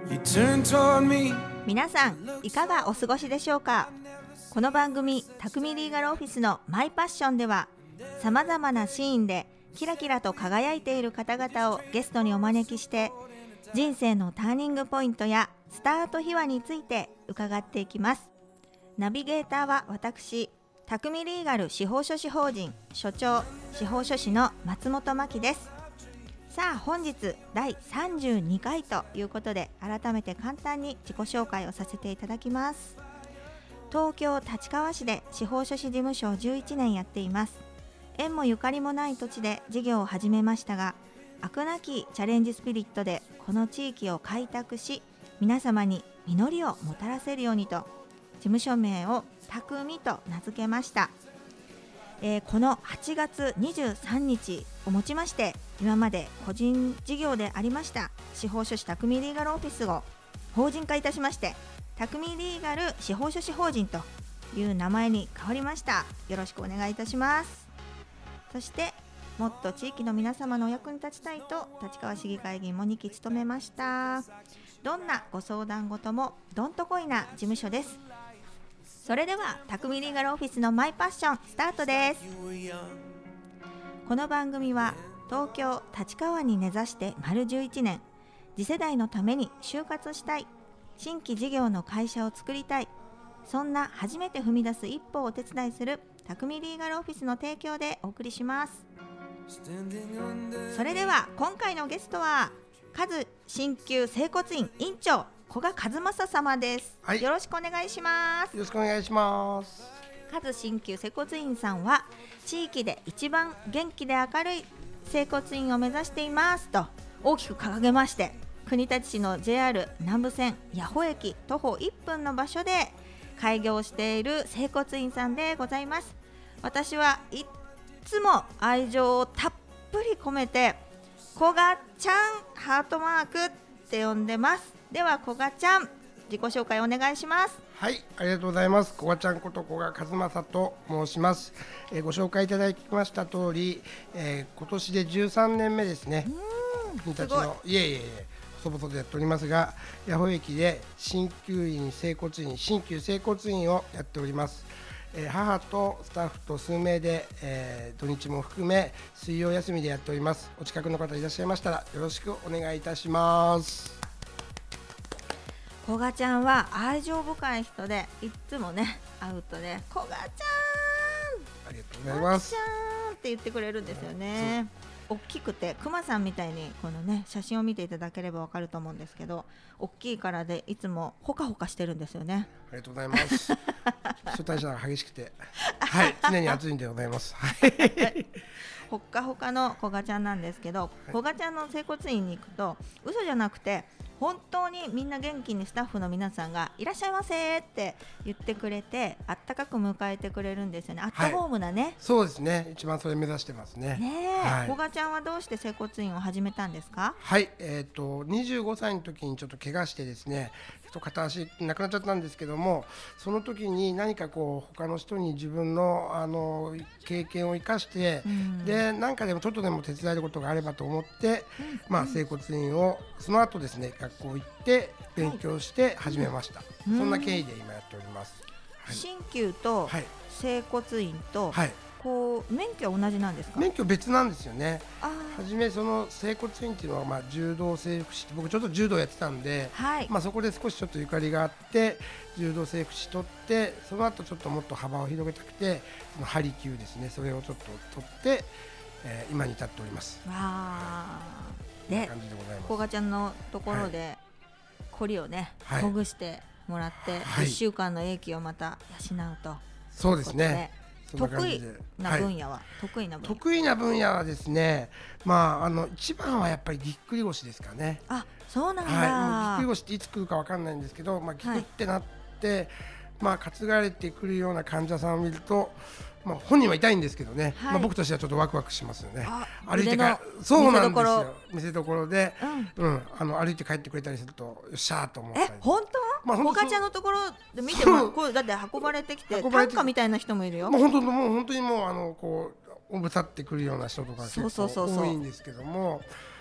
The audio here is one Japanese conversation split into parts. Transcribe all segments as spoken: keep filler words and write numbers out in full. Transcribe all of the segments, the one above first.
皆さんいかがお過ごしでしょうか。この番組匠リーガルオフィスのマイパッションでは、さまざまなシーンでキラキラと輝いている方々をゲストにお招きして、人生のターニングポイントやスタート秘話について伺っていきます。ナビゲーターは私、匠リーガル司法書士法人所長司法書士の松本真希です。さあ本日だいさんじゅうにかいということで、改めて簡単に自己紹介をさせていただきます。東京立川市で司法書士事務所をじゅういちねんやっています。縁もゆかりもない土地で事業を始めましたが、飽くなきチャレンジスピリットでこの地域を開拓し、皆様に実りをもたらせるようにと、事務所名を匠と名付けました。えー、このはちがつにじゅうさんにちをもちまして、今まで個人事業でありました司法書士匠リーガルオフィスを法人化いたしまして、匠リーガル司法書士法人という名前に変わりました。よろしくお願いいたします。そしてもっと地域の皆様のお役に立ちたいと、立川市議会議員もにき務めました。どんなご相談事もどんとこいな事務所です。それでは匠リーガルオフィスのマイパッションスタートです。この番組は東京立川に根ざして丸じゅういちねん、次世代のために就活したい、新規事業の会社を作りたい、そんな初めて踏み出す一歩をお手伝いする匠リーガルオフィスの提供でお送りします。それでは今回のゲストはカズ鍼灸整骨院院長古賀和正様です、はい、よろしくお願いします。 よろしくお願いします。 カズ鍼灸整骨院さんは地域で一番元気で明るい整骨院を目指していますと大きく掲げまして、国立市の ジェイアール 南武線八穂駅徒歩いっぷんの場所で開業している整骨院さんでございます。私はいつも愛情をたっぷり込めてこがちゃんハートマークって呼んでます。ではこがちゃん、自己紹介お願いします。 はい、ありがとうございます。こがちゃんことこが和正と申します。えー、ご紹介いただきました通り、えー、今年でじゅうさんねんめですね。君たちのいえいえいえ細々とやっておりますが、八穂駅で鍼灸院整骨院鍼灸整骨院をやっております。えー、母とスタッフと数名で、えー、土日も含め水曜休みでやっております。お近くの方いらっしゃいましたらよろしくお願いいたします。 こがちゃんは愛情深い人で、いつもね会うとね、こがちゃんありがとうございます、 こがちゃんって言ってくれるんですよね。大きくてクマさんみたいに、このね写真を見ていただければわかると思うんですけど、大きいからでいつもほかほかしてるんですよね。 ありがとうございます。基礎代謝が激しくてはい常に暑いんでございます。はいほっかほかのこがちゃんなんですけど、こがちゃんの整骨院に行くと嘘じゃなくて本当にみんな元気にスタッフの皆さんがいらっしゃいませって言ってくれて、あったかく迎えてくれるんですよね。アットホームなね、はい、 そうですね、一番それ目指してますね。 ねえ、はい、こがちゃんはどうして整骨院を始めたんですか？ はい、えー、とにじゅうごさいの時にちょっと怪我してですね、片足なくなっちゃったんですけども、その時に何かこう他の人に自分の、あの経験を生かして、うん、で何かでもちょっとでも手伝えることがあればと思って、うんまあ、整骨院をその後ですね学校行って勉強して始めました、はい、そんな経緯で今やっております。 はい、鍼灸と整骨院と、はい、こう免許は同じなんですか？ 免許別なんですよね。はじめその整骨院っていうのは、まあ、柔道整復師って僕ちょっと柔道やってたんで、はいまあ、そこで少しちょっとゆかりがあって柔道整復師取って、その後ちょっともっと幅を広げたくてそのハリキューですね、それをちょっと取って、えー、今に至っております。わー、でこがちゃんのところで、はいこりをね、はい、ほぐしてもらって、はい、いっしゅうかんの英気をまた養うと。 そうですね。 得意な分野は、はい、得意な分野得意な分野はですね、まあ、あの一番はやっぱりぎっくり腰ですかね。 あ、そうなんだ、 はい、ぎっくり腰っていつ来るか分かんないんですけど、まあ、ぎくってなって、はいまあ、担がれてくるような患者さんを見ると、まあ、本人は痛いんですけどね、はいまあ、僕としてはちょっとワクワクしますよね。歩いてかそうなんですよ、見せ所で、うんうん、あの歩いて帰ってくれたりするとよっしゃーと思ったり。 え、本当？まあ、こがちゃんのところで見てもこうだって運ばれてきて担架みたいな人もいるよ。 まあ、本当もう本当にもうあのこうおぶさってくるような人とか結構多いんですけども、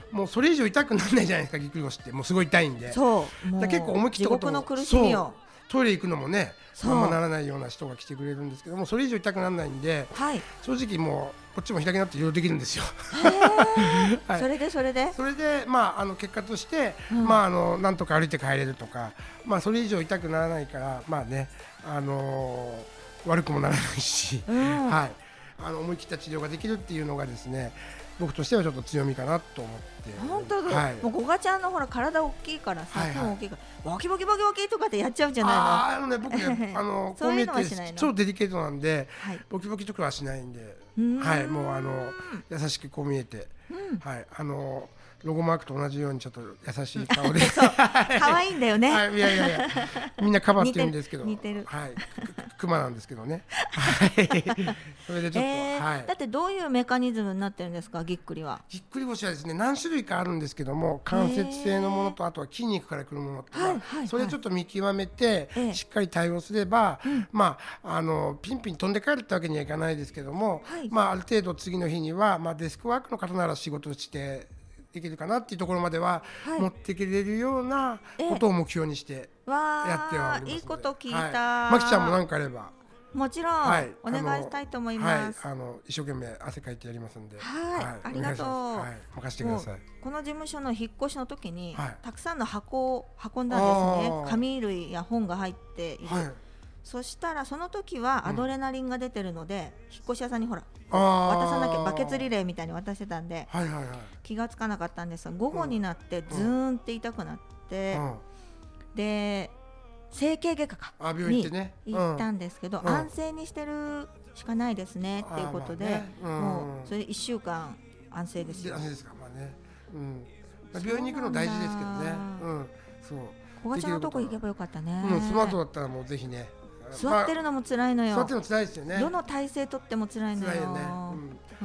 もうそれ以上痛くならないじゃないですか、ぎっくり腰ってもうすごい痛いんで。 そうもうだ結構思い切ったこと地獄の苦しみをトイレ行くのもねそうあんまならないような人が来てくれるんですけども、それ以上痛くならないんで、 はい、 正直もうこっちも開きになっていろいろできるんですよはい、 それでそれでそれで、まあ、あの結果として、 うんまあ、あのなんとか歩いて帰れるとか、まあ、それ以上痛くならないから、まあねあのー、悪くもならないし、 うんはい、あの思い切った治療ができるっていうのがですね、僕としてはちょっと強みかなと思って。 本当だ、 はい、 もうゴガちゃんのほら体大きいからさ、 はいはい手も大きいからボキボキボキボキとかってやっちゃうんじゃないの？ ああのね僕ねあのそういうのはこう見えてしないの超デリケートなんで、 はい、 ボキボキとかはしないんで、 うーんはい、もうあの優しくこう見えて、 うんはい、あのロゴマークと同じようにちょっと優しい顔でそう可愛いんだよね、 はい、いやいやいやみんなカバって言うんですけど似てる似てるはい、クマなんですけどねはいそれでちょっと、 えーはい、 だってどういうメカニズムになってるんですか、ぎっくりは？ ぎっくり腰はですね何種類かあるんですけども、関節性のものとあとは筋肉からくるものとか、 はいはいはい、 それちょっと見極めて、 ええしっかり対応すれば、 うんまあ、あのピンピン飛んで帰るってわけにはいかないですけども、 はいまあ、ある程度次の日には、まあ、デスクワークの方なら仕事してできるかなっていうところまでは、 はい、 持っていけれるようなことを目標にしてわやってはおりますので、 ーいいこと聞いた、 はい、まきちゃんも何かあればもちろん、 はい、 お願いしたいと思います。 あの、はい、あの一生懸命汗かいてやりますんで、 はい、はい、ありがとう、 はい、任せてください。 この事務所の引っ越しの時に、 はい、 たくさんの箱を運んだんですね。紙類や本が入っている、はい、そしたらその時はアドレナリンが出てるので、うん、引っ越し屋さんにほら渡さなきゃバケツリレーみたいに渡してたんで、 はいはいはい、 気がつかなかったんですが、午後になってズーンって痛くなって、うん、で整形外科かに行ったんですけど、 うん、 安静にしてるしかないですねっていうことで、ね、うん、もうそれいっしゅうかん安静ですよ。 安静ですか、まあね、うん、まあ、病院に行くの大事ですけどね、うん、そう小賀ちゃんのとこ行けばよかったね、 うん、その後だったらもうぜひね、 座ってるのも辛いのよ、 まあ、座ってるの辛いですよね、 どの体勢とっても辛いのよ、 辛いよね、うん、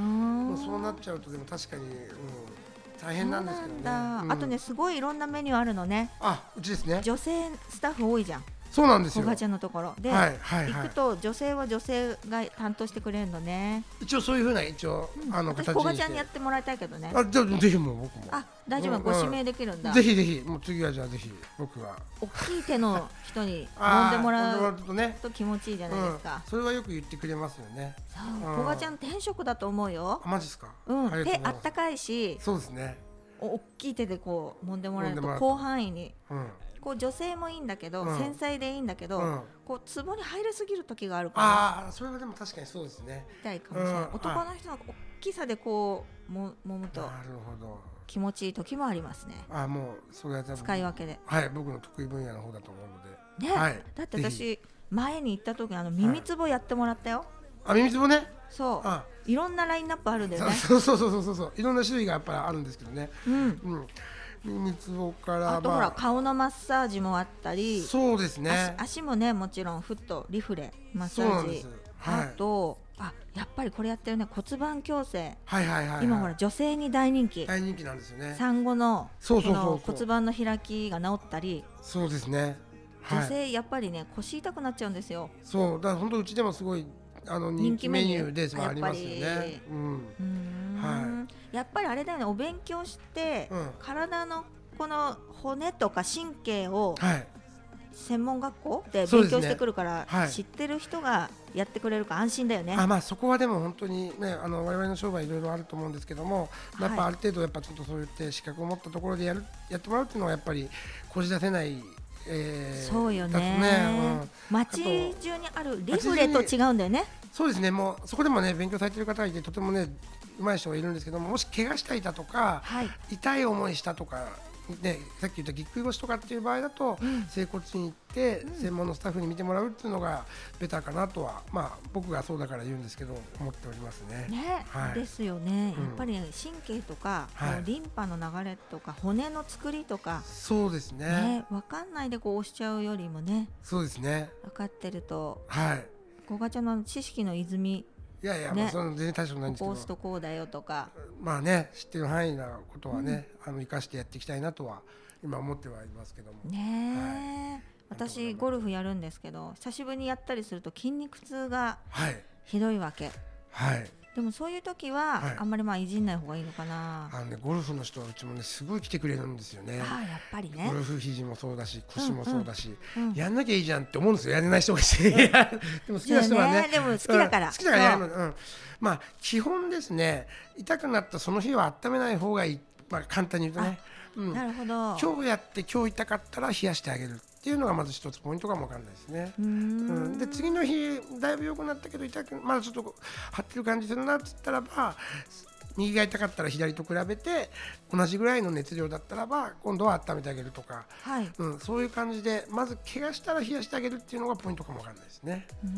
もうそうなっちゃうとでも確かに、うん、大変なんですけどね。 そうなんだ、うん、あとねすごいいろんなメニューあるのね。 あ、うちですね。 女性スタッフ多いじゃん。 そうなんですよ。 小賀ちゃんのところで、 はいはいはい、 行くと女性は女性が担当してくれるのね。 一応そういう風な一応、うん、あの形にして。 私小賀ちゃんにやってもらいたいけどね。 あ、じゃあぜひもう僕も。 あ、大丈夫、うん、ご指名できるんだ。 ぜひぜひもう次はじゃあぜひ僕は。 大きい手の人に揉んでもらうとね、 と気持ちいいじゃないですか。 うん、それはよく言ってくれますよね。 そう、小賀ちゃん天職だと思うよ。 あ、マジですか。 うん、手あったかいし。 そうですね。 大きい手でこう揉んでもらえると広範囲に、 うん、 こう女性もいいんだけど、うん、繊細でいいんだけど、うん、こうツボに入りすぎる時があるから、 ああ、それはでも確かにそうですね。 痛いかもしれない、うん、男の人の大きさでこうも揉むとなるほど気持ちいい時もありますね。 あ、もうそれは使い分けで、 はい、僕の得意分野の方だと思うので、 ね、 はい、 だって私前に行った時あの耳つぼやってもらったよ、はい、 あ、耳つぼね、 そう、あ、いろんなラインナップあるんだよね。 そうそうそうそうそう、いろんな種類がやっぱりあるんですけどね、 うん、 うん、耳つぼから、 あとほら顔のマッサージもあったり、 そうですね、 足, 足もねもちろんフットリフレマッサージ、はい、あとあやっぱりこれやってるね、骨盤矯正、 はいはいはいはい、 今ほら女性に大人気、 大人気なんですよね。 産後のそうそうそうそう骨盤の開きが治ったり、 そうですね、 はい、女性やっぱりね腰痛くなっちゃうんですよ。 そうだから本当うちでもすごいあの人気メニューでありますよね。うん、 うん、はい、やっぱりあれだよね、お勉強して、うん、体のこの骨とか神経を、はい、専門学校で勉強してくるから、ね、はい、知ってる人がやってくれるから安心だよね。 あ、まあ、そこはでも本当にね、あの我々の商売いろいろあると思うんですけども、やっぱある程度やっぱちょっとそういって資格を持ったところでやるやってもらうっていうのはやっぱりこじ出せない、えー、 そうよね、ね、うん、街中にあるリフレと違うんだよね。 そうですね、もうそこでもね勉強されている方がいてとてもね上手い人がいるんですけども、もし怪我したりだとか、はい、痛い思いしたとかね、さっき言ったぎっくり腰とかっていう場合だと、うん、整骨院に行って専門のスタッフに見てもらうっていうのがベターかなとは、まあ、僕がそうだから言うんですけど思っておりますね。 ね、はい、ですよね、うん、やっぱり神経とか、はい、リンパの流れとか骨の作りとか、 そうですね、 ね、分かんないでこう押しちゃうよりもね、 そうですね、 分かってると、 はい、 小賀ちゃんの知識の泉、 いやいや、ね、まあ、その全然大したことないんですけど、 こうすとこうだよとか、 まあね、知ってる範囲なことはね、うん、あの生かしてやっていきたいなとは今思ってはいますけどもね、はい、私ゴルフやるんですけど、久しぶりにやったりすると筋肉痛がひどいわけ、 はい、 でもそういう時は、 はい、 あんまりまあいじんない方がいいのかな。 あの、ね、ゴルフの人はうちもねすごい来てくれるんですよね。 ああ、やっぱりね。 ゴルフ肘もそうだし腰もそうだし、 うんうん、 やんなきゃいいじゃんって思うんですよ。やれない人がいてでも好きな人は ね, ねでも好きだから、 うん、好きだからやるの、うん、まあ基本ですね、痛くなったその日は温めない方がいい、まあ、簡単に言うとね、うん、 なるほど。 今日やって今日痛かったら冷やしてあげるっていうのがまず一つポイントかもわかんないですね。 うーん、 うん、で次の日だいぶ良くなったけど痛くまだちょっと張ってる感じするなって言ったらば、右が痛かったら左と比べて同じぐらいの熱量だったらば今度は温めてあげるとか、 はい、 うん、そういう感じでまず怪我したら冷やしてあげるっていうのがポイントかもわかんないですね。 うーん、うん、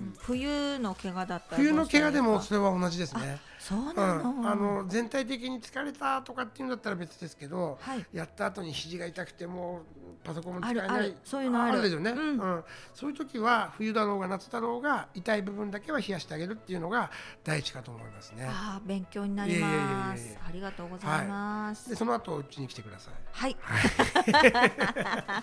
冬の怪我だったら冬の怪我でもそれは同じですね。 そうなの、 うん、あの全体的に疲れたとかっていうんだったら別ですけど、 はい、 やった後に肘が痛くてもパソコンも使えない、 あるある、そういうのある、 あるですよね、 うんうん、そういう時は冬だろうが夏だろうが痛い部分だけは冷やしてあげるっていうのが第一かと思いますね。 あ、勉強になります。ありがとうございます、 はい、でその後うちに来てください。 はい、はい、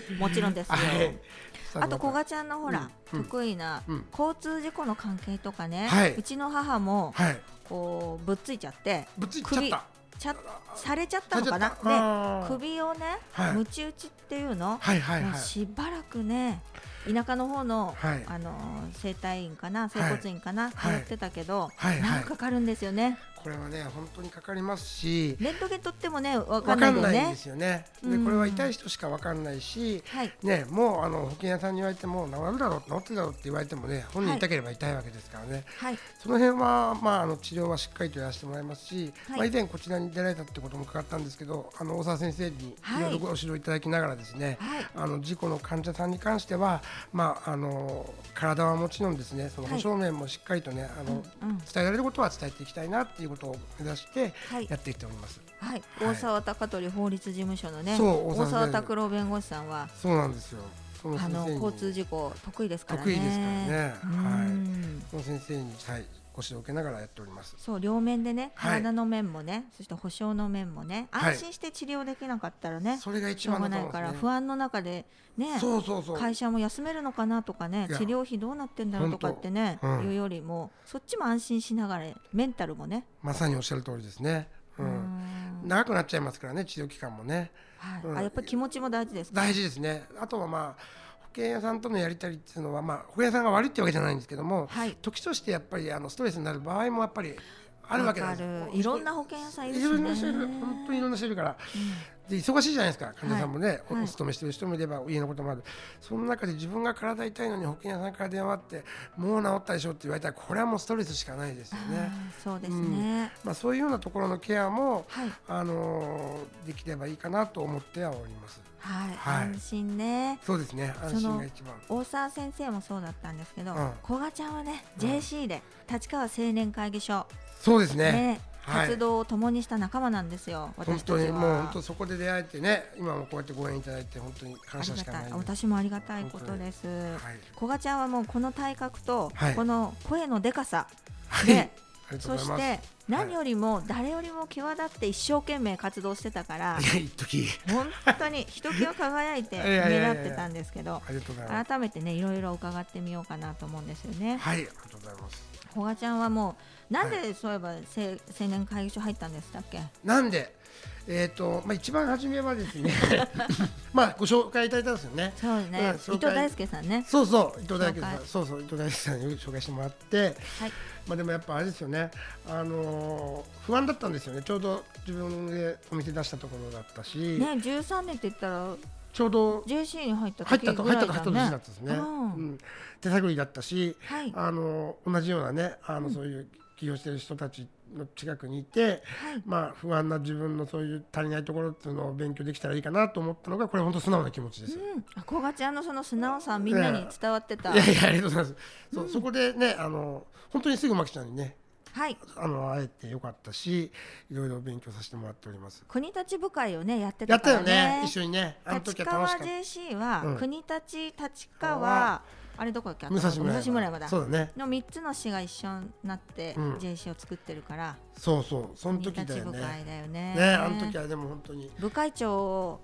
もちろんですよ、はい、あとこがちゃんのほら、うん、得意な、うん、交通事故の関係とかね、はい、うちの母も、はい、こうぶっついちゃってぶっついちゃったちゃされちゃったのかな。で首をね、はい、ムチ打ちっていうの、はいはいはい、もうしばらくね田舎の方の、はい、あの整体院かな整骨院かな、はい、通ってたけど、はいはい、なんかかるんですよね。 これはね本当にかかりますし、 レントゲン取ってもね分かんないよね。 分かんないんですよね。でこれは痛い人しか分かんないし、はい、ね、もうあの保険屋さんに言われても治るだろう治ってるだろうって言われてもね本人痛ければ痛いわけですからね、はい、その辺は、まあ、あの治療はしっかりとやらせてもらいますし、はい、まあ、以前こちらに出られたってことも伺ったんですけど、あの大沢先生にいろいろご指導いただきながらですね、はい、あの事故の患者さんに関しては、まあ、あの体はもちろんですね、その保証面もしっかりとね、あのうんうん、伝えられることは伝えていきたいなっていうことを目指してやっていっております。 はいはい、大沢貴取法律事務所のね、大沢拓郎弁護士さんはそうなんですよ。そのあの交通事故得意ですからね。 得意ですからね。はい。その先生に、はい、ご指導を受けながらやっております。 そう、両面でね、体の面もね、はい、そして保証の面もね、安心して治療できなかったらね、はい、 それが一番だと思うんですね。 しょうがないから不安の中でね、 そうそうそう、 会社も休めるのかなとかね、治療費どうなってんだろうとかってね、うん、いうよりもそっちも安心しながらメンタルもね、 まさにおっしゃる通りですね。うん、長くなっちゃいますからね、治療期間もね、 はい、うん、あ、やっぱり気持ちも大事ですか。 大事ですね。あとはまあ保険屋さんとのやりたりっていうのは、まあ、保険屋さんが悪いってわけじゃないんですけども、はい、時としてやっぱりあのストレスになる場合もやっぱりあるわけなんです。 いろんな保険屋さんいるしね、 いろんな人いる、本当にいろんな人いるから、うん、で忙しいじゃないですか、患者さんもね、はい、お勤めしてる人もいれば家のこともある、その中で自分が体痛いのに保険屋さんから電話あってもう治ったでしょって言われたら、これはもうストレスしかないですよね。 そうですね、 うん、まあ、そういうようなところのケアも、はい、あのー、できればいいかなと思ってはおります。 はい、はい、安心ね。 そうですね、安心が一番。 大沢先生もそうだったんですけど、うん、古賀ちゃんはね、うん、ジェーシー で立川青年会議所、 そうですね、 ね、活動を共にした仲間なんですよ、 はい、私たちは。本当にもう本当そこで出会えてね、今もこうやってご縁いただいて本当に感謝しかないです。 私もありがたいことです。はい、古賀ちゃんはもうこの体格とこの声のでかさで、はい、そして何よりも誰よりも際立って一生懸命活動してたから、本当にひときわ輝いて目立ってたんですけど、改めてねいろいろ伺ってみようかなと思うんですよね。 はい、ありがとうございます。 古賀ちゃんはもうなんでそういえば、はい、青年会議所入ったんでしたっけ。 なんで、えーとまあ、一番初めはですねまあご紹介いただいたんですよね。 そうですね、うん、伊藤大輔さんね。 そうそう伊藤大輔さん、そうそう伊藤大輔さんに紹介してもらって、はい、まあ、でもやっぱあれですよね、あのー、不安だったんですよね。ちょうど自分でお店出したところだったしね、じゅうさんねんって言ったらちょうどジェーシー に入った時ぐらいだね。 入った時だったですね、うんうん、手探りだったし、はい、あの同じようなね、あのそういう起業している人たちの近くにいて、はい、まあ、不安な自分のそういう足りないところっていうのを勉強できたらいいかなと思ったのが、これ本当素直な気持ちです。 うん、古賀ちゃんのその素直さみんなに伝わってた。 いやいや、ありがとうございます。うん、そ, そこでね、あの本当にすぐマキちゃんにね、はい、あの会えてよかったし、いろいろ勉強させてもらっております。 国立部会をねやってたからね。 やったよね、一緒にね。あの時は楽しかった。 立川 ジェーシー は、うん、国立、立川、あれどこだっけ、 武蔵村山、 武蔵村山だ。 そうだね。 のみっつの市が一緒になって、うん、ジェーシー を作ってるから。 そうそう、その時だよね。 国立部会だよね。 ね、あの時はでも本当に部会長をや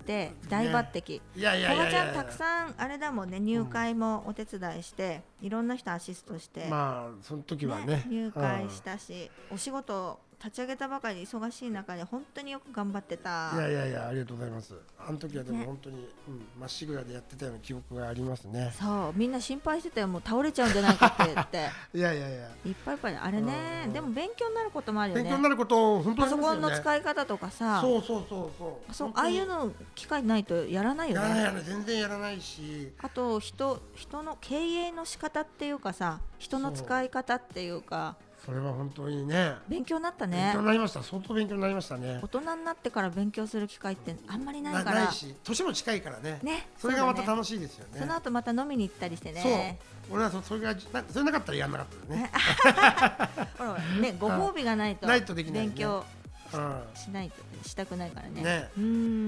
って大抜擢、 ね、いやいやいやいや、 こがちゃんたくさんあれだもんね、入会もお手伝いして、うん、いろんな人アシストして、 まあその時は ね, ね入会したし、うん、お仕事立ち上げたばかり忙しい中で本当によく頑張ってた。 いやいやいや、ありがとうございます。あの時はでも本当にまっしぐらでやってたような記憶がありますね。 そう、みんな心配してたよ、もう倒れちゃうんじゃないかって言っていやいやいや、 いっぱいいっぱいあれね、でも勉強になることもあるよね。 勉強になること本当にありますよね。 パソコンの使い方とかさ、 そうそうそうそう、 そう、ああいうの機会ないとやらないよね。 やらないやらない、全然やらないし、 あと 人, 人の経営の仕方っていうかさ、人の使い方っていうか、 それは本当にね、 勉強になったね。 勉強になりました。相当勉強になりましたね。 大人になってから勉強する機会ってあんまりないから。 な、ないし、年も近いからね。 ね、 それがまた楽しいですよね。 その後また飲みに行ったりしてね。 そう、俺は そ, それがなそれなかったらやんなかったよね。 ほらね、ご褒美がないとないとできないね。 勉強うん、 しないとしたくないからね。 ね、 うん、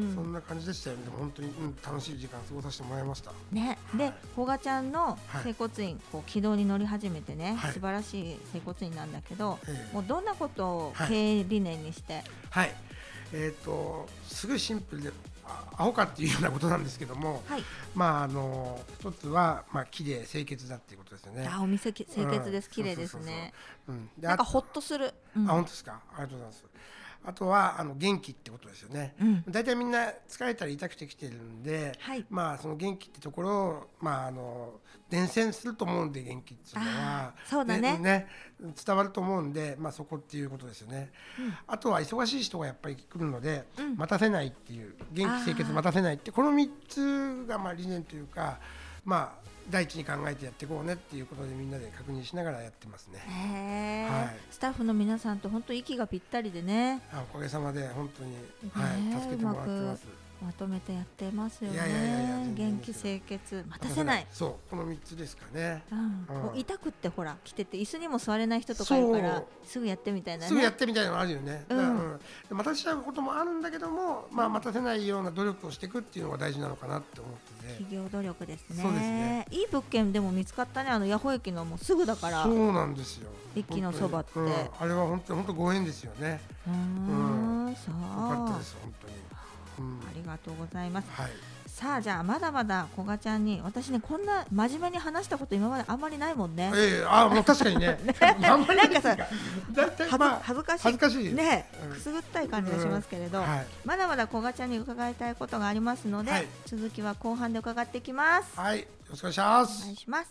そんな感じでしたよね。でも本当に、うん、楽しい時間過ごさせてもらいました。 ね、で、こがちゃんの整骨院、はい、こう軌道に乗り始めてね、はい、素晴らしい整骨院なんだけど、えー、もうどんなことを経営理念にして、 はい、はい、えっ、ー、とすごいシンプルでアホかっていうようなことなんですけども、はい、まああの一つはまあ綺麗清潔だっていうことですよね。 あ、お店清潔です、うん、綺麗ですね。なんかホッとする。 うん、あ、本当ですか。ありがとうございます。あとはあの元気ってことですよね。だいたいみんな疲れたり痛くてきてるんで、はい、まあその元気ってところをまああの伝染すると思うんで、元気っていうのはそうだね、 ね、伝わると思うんで、まあそこっていうことですよね。うん、あとは忙しい人がやっぱり来るので、うん、待たせないっていう、元気清潔待たせないって、このみっつがまあ理念というか、まあ第一に考えてやっていこうねっていうことでみんなで確認しながらやってますね。 へー、はい、スタッフの皆さんと本当息がぴったりでね、 あ、おかげさまで本当に、はい、助けてもらってます。 まとめてやってますよね。 いやいやいやいや、 元気清潔待たせない。 そう、このみっつですかね。 うんうん、痛くってほら来てて椅子にも座れない人とかいるからすぐやってみたいなね。 すぐやってみたいなのあるよね。うんうん、待たせちゃうこともあるんだけども、まあ、待たせないような努力をしていくっていうのが大事なのかなって思ってて。 企業努力ですね。 そうですね。 いい物件でも見つかったね。あの八穂駅のもうすぐだから。 そうなんですよ。 駅のそばって、うん、 あれは本当に本当ご縁ですよね。 うん、うん、そう。よかったです本当に。 うん、ありがとうございます。 はい、 さあ、じゃあまだまだこがちゃんに、私ね、こんな真面目に話したこと今まであんまりないもんね。 えー、あ、もう確かにね。 なんかさ、 まあ、 恥ずかしい、 恥ずかしいね、くすぐったい感じがしますけれど、うんはい、まだまだこがちゃんに伺いたいことがありますので、はい、続きは後半で伺っていきます。 はい、よろしくお願いします。 お願いします。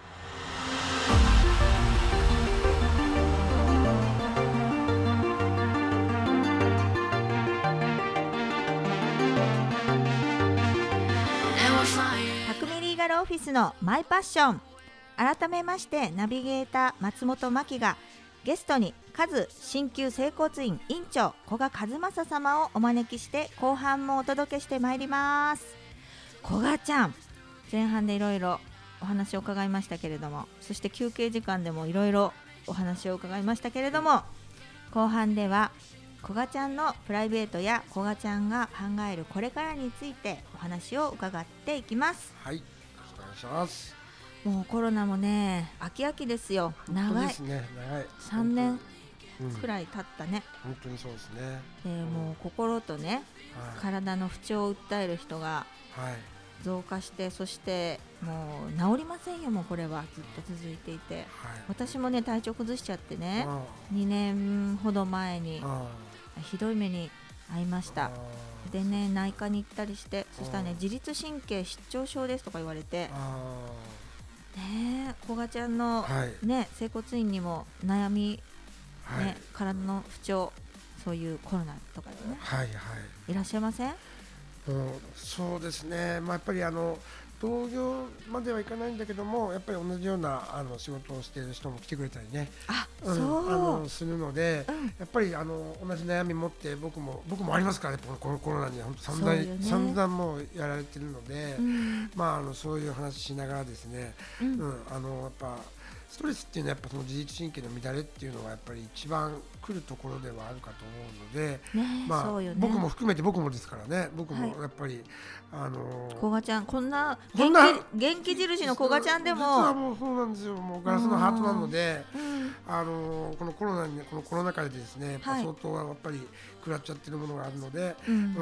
オフィスのマイパッション、改めましてナビゲーター松本真希がゲストにカズ鍼灸整骨院院長古賀和正様をお招きして後半もお届けしてまいります。古賀ちゃん、前半でいろいろお話を伺いましたけれども、そして休憩時間でもいろいろお話を伺いましたけれども、後半では古賀ちゃんのプライベートや古賀ちゃんが考えるこれからについてお話を伺っていきます。 はい、します。 もうコロナもね、秋秋ですよ。長いですね。長い。さんねんくらい経ったね。 本当にそうですね。 で、もう心とね、はい、体の不調を訴える人が増加して、はい、そしてもう治りませんよ。もうこれはずっと続いていて、はい、私もね体調崩しちゃってね、にねんほど前にひどい目に遭いました。でね、内科に行ったりして、そしたらね、自律神経失調症ですとか言われて、ね、こがちゃんの、はい、ね、整骨院にも悩み、はい、ね、体の不調、そういうコロナとかでね、 はいはい、 いらっしゃいません？ うん、そうですね、まあ、やっぱりあの同業まではいかないんだけども、やっぱり同じようなあの仕事をしている人も来てくれたりね、 あ、 うん、 そうあのするので、うん、やっぱりあの同じ悩み持って僕も僕もありますからね。このコロナに本当散々、ね、散々もうやられてるので、うん、まああのそういう話しながらですね、うんうん、あのやっぱストレスっていうのはやっぱその自律神経の乱れっていうのはやっぱり一番来るところではあるかと思うので、 ね、 まあそうよね、 僕も含めて僕もですからね、僕もやっぱり、はい、あのこがちゃんこんな元気、元気印のこがちゃんでも実はもうそうなんですよ。もうガラスのハートなので、うん、あのこのコロナにこのコロナ禍でですね、やっぱ相当はやっぱり食らっちゃってるものがあるので、うんうん、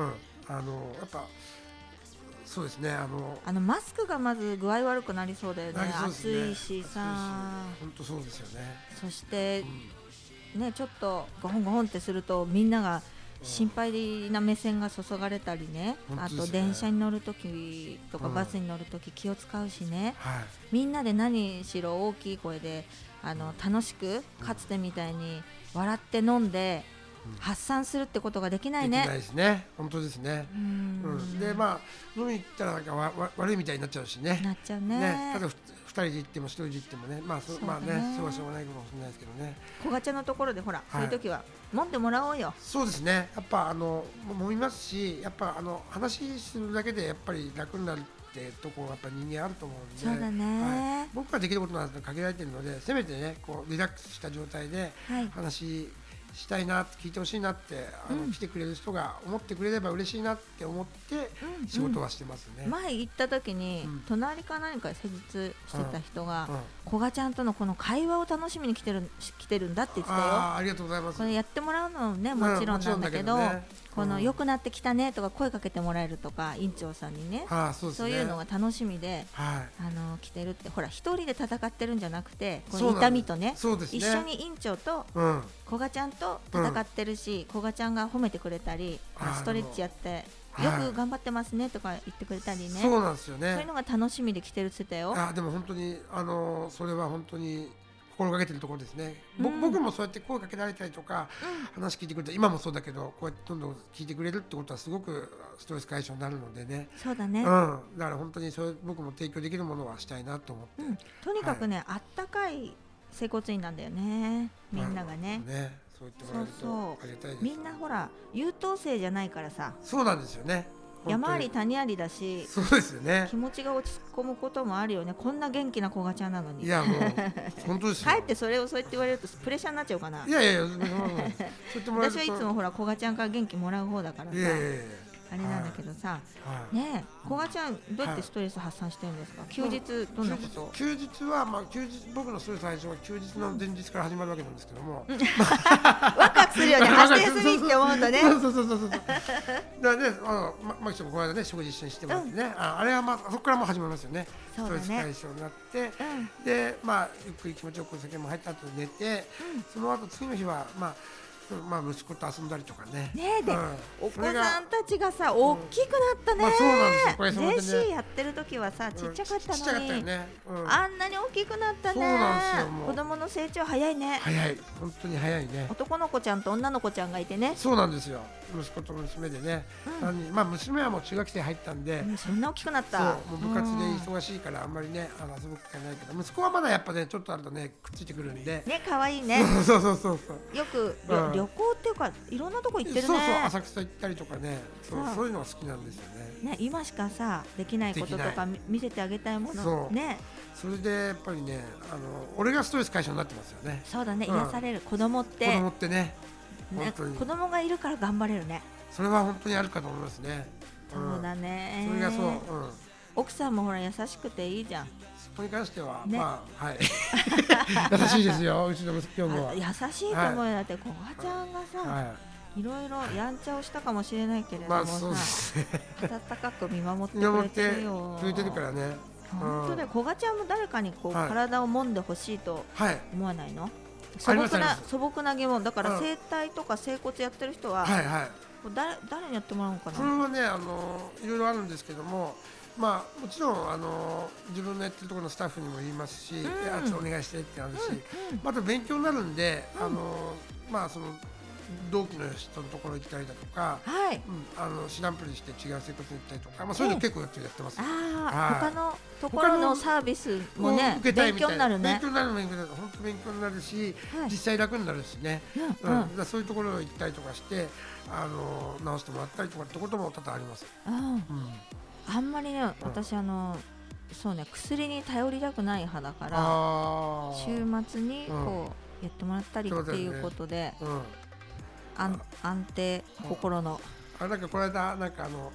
あのやっぱそうですね、あのあのマスクがまず具合悪くなりそうだよね。暑いしさ、 本当そうですよね。 そして、うん、ね、ちょっとゴホンゴホンってするとみんなが心配な目線が注がれたりね、うん、あと電車に乗るときとかバスに乗るとき気を使うしね、うん、はい、みんなで何しろ大きい声であの楽しくかつてみたいに笑って飲んで発散するってことができないね。 できないですね。本当ですね。うん、うん、でまあ飲みに行ったらなんかわわ悪いみたいになっちゃうしね。 なっちゃうね。 ね、ただふふたりで行ってもひとりで行ってもね、まあそ、まあね、そうはしょうがないかもしれないですけどね。 小ガチャのところでほら、はい、そういう時は飲んでもらおうよ。 そうですね。やっぱあの飲みますし、やっぱあの話するだけでやっぱり楽になるってところがやっぱ人間あると思うんで、 そうだね、 はい、僕ができることなんて限られているので、せめてねこうリラックスした状態で話したいなって聞いてほしいなってあの、うん、来てくれる人が思ってくれれば嬉しいなって思って仕事はしてますね。 うんうん、前行った時に、うん、隣か何か施術してた人が、うんうん、小賀ちゃんとのこの会話を楽しみに来てる来てるんだって言ってたよ。 あ、ありがとうございます。 これやってもらうのねもちろんなんだけど、うん、この良くなってきたねとか声かけてもらえるとか院長さんにね、 ああ、そうですね、 そういうのが楽しみで、 はい、 あの来てるって、ほら一人で戦ってるんじゃなくてこの痛みと ね, そうですね、 一緒に院長と小賀ちゃんと戦ってるし、小賀ちゃんが褒めてくれたりストレッチやってよく頑張ってますねとか言ってくれたりね、 そうなんですよね。 そういうのが楽しみで来てるって言ってたよ。 あ、でも本当にあのそれは本当に心がけてるところですね、うん、僕もそうやって声かけられたりとか、うん、話聞いてくれて、今もそうだけどこうやってどんどん聞いてくれるってことはすごくストレス解消になるのでね。 そうだね、 うん、だから本当にそれ僕も提供できるものはしたいなと思って、うん、 とにかくね、はい、あったかい整骨院なんだよね、みんながね、 ね、そう言ってもらえるとありがたいです。 みんなほら優等生じゃないからさ。 そうなんですよね。 山あり谷ありだし、 そうですよね、 気持ちが落ち込むこともあるよね。こんな元気な小賀ちゃんなのに。 いやもう本当ですよ。 帰ってそれをそうやって言われるとプレッシャーになっちゃうかな。 いやいやいや私はいつもほら小賀ちゃんから元気もらう方だからさ、いやいやいやあれなんだけどさ、はいねえ、小賀ちゃんどうやってストレス発散してるんですか、はい、休日どんなことを。 休日、休日は、まあ、休日僕のストレス最初は休日の前日から始まるわけなんですけども、 ワクワクするよね、明日休みって思うとね。 そうそうそうそうそう。だからね、あのまマキさんもこの間ね食事一緒にしてもらってね、うん、あ, あれはまあそこからもう始まりますよね。 そうだね、 ストレス解消になって、うん、でまあゆっくり気持ちよくお酒も入った後寝て、うん、その後次の日はまあまあ息子と遊んだりとかね。 ねえ、で、うん、お子さんたちがさ大きくなったね。 まあ、そうなんですよ。これジェシーやってる時はさちっちゃかったのに、うん、ちっちゃかったよね、うん、あんなに大きくなったね。 そうなんですよ。もう子供の成長早いね。 早い、本当に早いね。 男の子ちゃんと女の子ちゃんがいてね。 そうなんですよ。息子と娘でね、うん、まあ娘はもう中学生入ったんで、 うん、そんな大きくなった。 そう、もう部活で忙しいからあんまりねあの遊ぶ機会ないけど、息子はまだやっぱねちょっとあるとねくっついてくるんで。 ね、可愛いね。 そうそうそうそう。 よく、うん、旅行っていうかいろんなとこ行ってるね。 そうそう、浅草行ったりとかね、そう、そういうのが好きなんですよね。 ね、今しかさできないこととか見せてあげたいものね。 それでやっぱりね、あの俺がストレス解消になってますよね。 そうだね、癒される。子供って子供ってね、 ね、子供がいるから頑張れるね。 それは本当にあるかと思いますね。 そうだね。 それがそう。 奥さんもほら優しくていいじゃん。 そこに関してはまあはい優しいですよ、うちの息子も。 優しいと思うよ。だって小賀ちゃんがさ。いろいろやんちゃをしたかもしれないけれどもさ、温かく見守ってくれてるよ。 くれてるからね。 本当で、小賀ちゃんも誰かにこう体を揉んでほしいと思わないの？素朴な素朴な疑問だから、整体とか整骨やってる人は誰誰にやってもらうのかな？ それはね、あのいろいろあるんですけども、まあもちろんあの自分のやってるところのスタッフにも言いますし、あとお願いしてってあるし、また勉強になるんで、あのまあその同期の人のところ行ったりだとか、 はい、 うん、あの知らんぷりして違う生活に行ったりとか、まあ、そういうの結構やってます。 ああ、他のところのサービスもね、勉強になるね。 勉強になる、勉強になる、本当勉強になるし、はい、実際楽になるしね、うんうん、だそういうところ行ったりとかして、あの直してもらったりとかってことも多々あります。 あ、うん、あんまりね、私、あのそうね、薬に頼りたくない派だから、週末にこうやってもらったりっていうことで。安, 安定心の、 うん、あ、なんかこの間なんかあの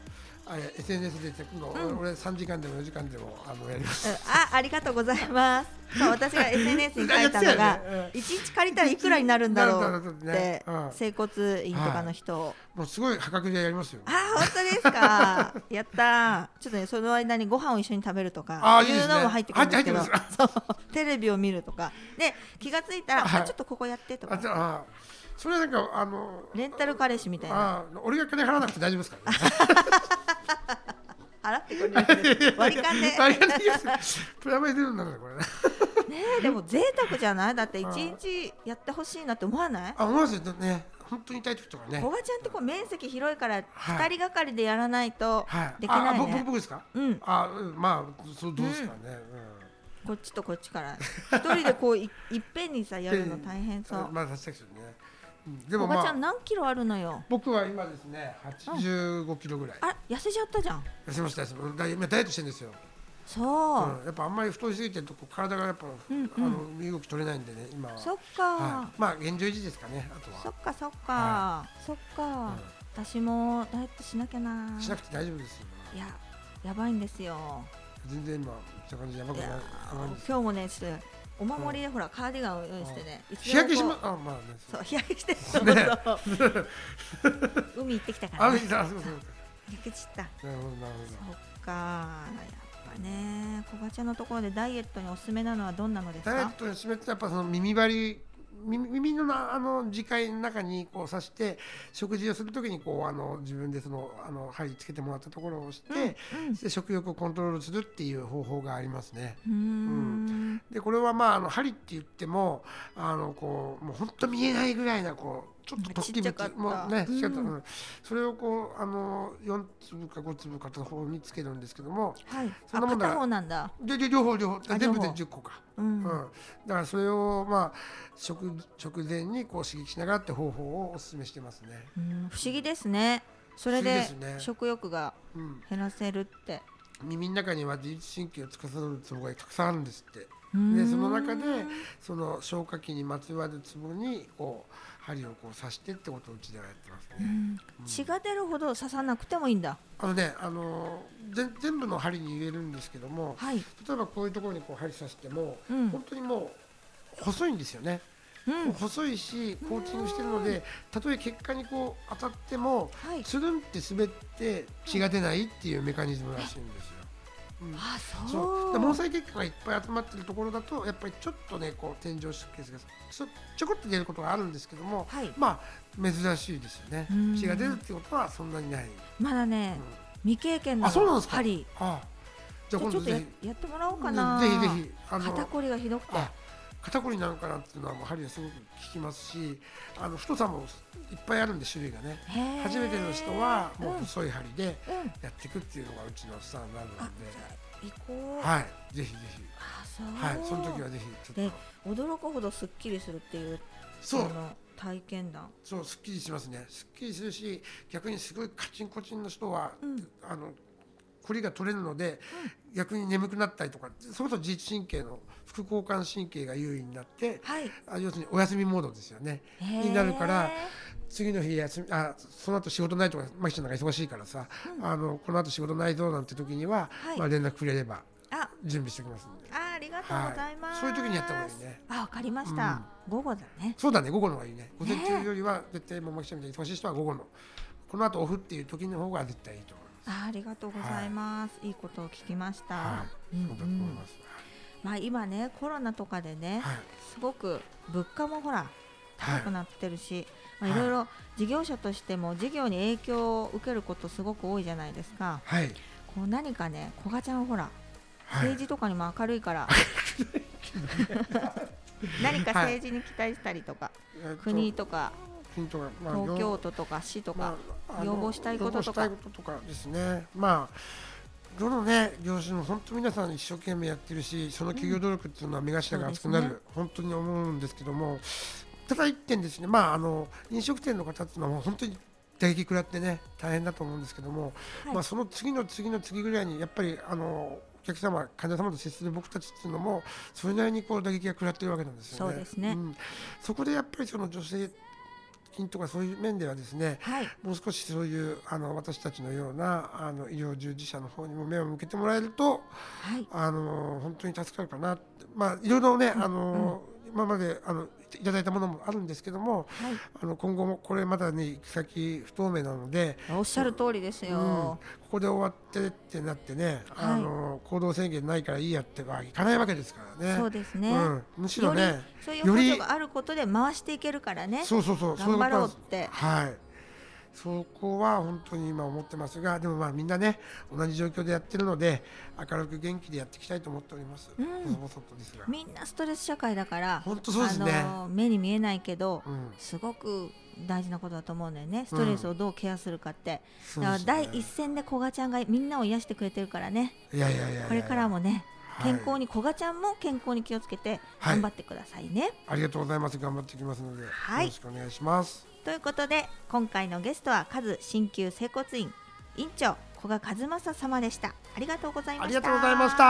あれ エスエヌエス での、うん、俺さんじかんでもよじかんでもあのやります、 うん、あありがとうございます。そう私が エスエヌエス に書いたのがね、いちにち借りたらいくらになるんだろうって、ねうん、整骨院とかの人、はい、 もうすごい破格でやりますよ。 あ本当ですかやったちょっとねその間にご飯を一緒に食べるとかいうのも入ってくるんですけど、そうテレビを見るとかで気がついたら、はい、あちょっとここやってとか、 あそれなんかあのレンタル彼氏みたいな。 あ俺が金払わなくて大丈夫ですからね払ってくれる割り勘でプラマイゼロになるんだこれねねでも贅沢じゃない？だって一日やってほしいなって思わない？ あ思いますよね。本当に痛い時とかね。 こがちゃんってこう面積広いからふたりがかりでやらないとできないね、はいはい、 あ僕ですか？ うんあまあそうどうですかね、うんうんこっちとこっちから一人でこう い, いっぺんにさやるの大変そう。 まあ確かにね。 でもまあ、こがちゃん何キロあるのよ？ 僕は今ですねはちじゅうごキロぐらい。 あ痩せちゃったじゃん。 痩せましたダイエットしてるんですよ。 そう、 うん、やっぱあんまり太りすぎてると体がやっぱ、うんうん、あの身動き取れないんでね今は。 そっか、 はい、まあ現状維持ですかねあとは。 そっかそっか、はい、そっか、うん、私もダイエットしなきゃな。 しなくて大丈夫ですよ。 いややばいんですよ。 全然今そんな感じやばくない。 今日もねちょっとお守りでほらカーディガンを用意してね、 日焼けしまあまあねそう日焼けしてそうそう海行ってきたからね。 あそうそう焼けちった。なるほどなるほど。 そっかやっぱねこがちゃんのところでダイエットにおすすめなのはどんなのですか？ ダイエットにおすすめってやっぱその耳張り耳, 耳のなあの耳介の中にこう刺して食事をするときにこうあの自分でそのあの針つけてもらったところを押して、うんうん、で食欲をコントロールするっていう方法がありますね。 うーん、うん、 でこれはまああの針って言ってもあのこうもう本当見えないぐらいなこうちょっと突起物もね、うんうん、それをこうあのよんつぶかごつぶ片方につけるんですけども、 はい、そんなもんだ片方なんだ。 でで両方両方全部でじゅっこか、 うんうん、 だからそれをまあ食直前にこう刺激しながらって方法をお勧めしてますね。 うん、不思議ですね。それで食欲が減らせるって、 うん、耳の中には自律神経を司るツボがたくさんあるんですって。でその中でその消化器にまつわるツボにこう針をこう刺してってことをうちではやってますね。うんうん、血が出るほど刺さなくてもいいんだ。 あのね、あの全部の針に入れるんですけども、 はい、 例えばこういうところにこう針刺しても、うん、本当にもう細いんですよね。うん、細いしコーティングしてるのでたとえ血管にこう当たっても、はい、つるんって滑って血が出ないっていうメカニズムらしいんですよ。うん、 あそうそう毛細血管がいっぱい集まっているところだとやっぱりちょっとねこう天井出血がちょこっと出ることがあるんですけども、はい、まあ珍しいですよね。血が出るってことはそんなにない。 まだね、うん、未経験の針あじゃあ今度ちょっと や, やってもらおうかな。 ぜひぜひあの肩こりがひどくて肩こりなのかなっていうのはもう針はすごく効きますしあの太さもいっぱいあるんで種類がね初めての人はもう細い針でやっていくっていうのがうちのスタンダードなんで、 うん、行こうはいぜひぜひあそうはいその時はぜひちょっとで驚くほどすっきりするっていうそうの体験談そうすっきりしますねすっきりするし逆にすごいカチンコチンの人は、うん、あのこりが取れるので、うん、逆に眠くなったりとかそれこそ自律神経の副交感神経が優位になって、はい、あ要するにお休みモードですよねになるから次の日休みあその後仕事ないとかマキちゃんなんか忙しいからさ、うん、あのこの後仕事ないぞなんて時には、はいまあ、連絡くれれば準備しておきますんであ, ありがとうございます、 はい、そういう時にやった方がいいね。 あわかりました、うん、午後だね。 そうだね午後の方がいいね。午前中よりは絶対もうマキちゃんみたいに忙しい人は午後のこの後オフっていう時の方が絶対いいと思います。 あ, ありがとうございます、はい、いいことを聞きました、 はいうんうん、そうだと思います、 まあ、今ねコロナとかでね、はい、すごく物価もほら高くなってるし、はいまあ、いろいろ事業者としても事業に影響を受けることすごく多いじゃないですか、 はい、 こう何かねこがちゃんほら、はい、政治とかにも明るいから何か政治に期待したりとか、はい、国とかとかまあ、東京都とか市とか、まあ、要望したいこととか、 要望したいこととかですね。まあどのね業種も本当皆さん一生懸命やってるしその企業努力っていうのは目頭が熱くなる、うんね、本当に思うんですけどもただ一点ですねまああの飲食店の方っていうのは本当に打撃食らってね大変だと思うんですけども、はいまあ、その次の次の次ぐらいにやっぱりあのお客様患者様と接する僕たちっていうのもそれなりにこう打撃が食らってるわけなんですよね。 そうですね、うん、 そこでやっぱりその女性金とかそういう面ではですね、 はい、 もう少しそういうあの私たちのようなあの医療従事者の方にも目を向けてもらえると、 はい、 あの本当に助かるかなって、まあいろいろね、うん、あの、うん、今まであのいただいたものもあるんですけども、はい、あの今後もこれまだね行き先不透明なので、 おっしゃる通りですよ、うん、 ここで終わってってなってね、はい、あの行動制限ないからいいやってはいかないわけですからね。 そうですね、うん、 むしろね、 そういう補助があることで回していけるからね、 そうそうそう、 頑張ろうって、 はい、そこは本当に今思ってますが、でもまあみんなね同じ状況でやってるので明るく元気でやっていきたいと思っております、うん、ですがみんなストレス社会だから本当そうですね、 あの目に見えないけど、 うん、 すごく大事なことだと思うんだよね。ストレスをどうケアするかって、うん、だから第一線でこがちゃんがみんなを癒してくれてるからね。 いやいやいやいや、 これからもね、はい、健康にこがちゃんも健康に気をつけて頑張ってくださいね、はい、 ありがとうございます。頑張っていきますので、 はい、 よろしくお願いします。 ということで今回のゲストはカズ鍼灸整骨院院長古賀和正様でした。ありがとうございました。 ありがとうございました。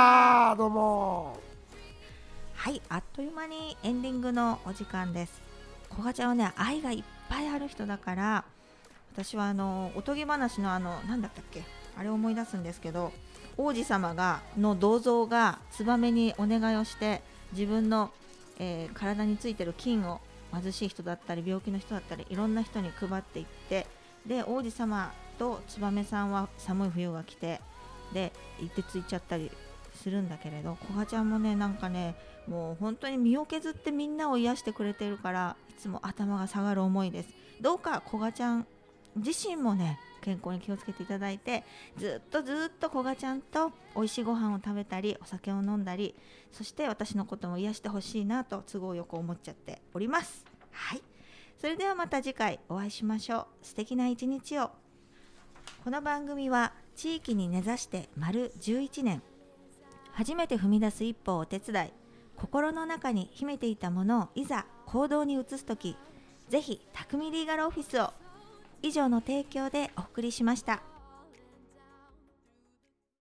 どうも。 はい、あっという間にエンディングのお時間です。古賀ちゃんはね愛がいっぱいある人だから、私はあのおとぎ話のあのなんだったっけあれを思い出すんですけど、王子様がの銅像がツバメにお願いをして自分の、えー、体についてる菌を貧しい人だったり病気の人だったりいろんな人に配っていって、で王子様とツバメさんは寒い冬が来てで凍てついちゃったりするんだけれど、こがちゃんもねなんかねもう本当に身を削ってみんなを癒してくれてるからいつも頭が下がる思いです。どうかこがちゃん自身もね健康に気をつけていただいて、ずっとずっとこがちゃんと美味しいご飯を食べたりお酒を飲んだり、そして私のことも癒してほしいなと都合よく思っちゃっております。はい、それではまた次回お会いしましょう。素敵な一日を。この番組は地域に根ざして丸じゅういちねん、初めて踏み出す一歩をお手伝い、心の中に秘めていたものをいざ行動に移すとき、ぜひ匠リーガルオフィスを。以上の提供でお送りしました。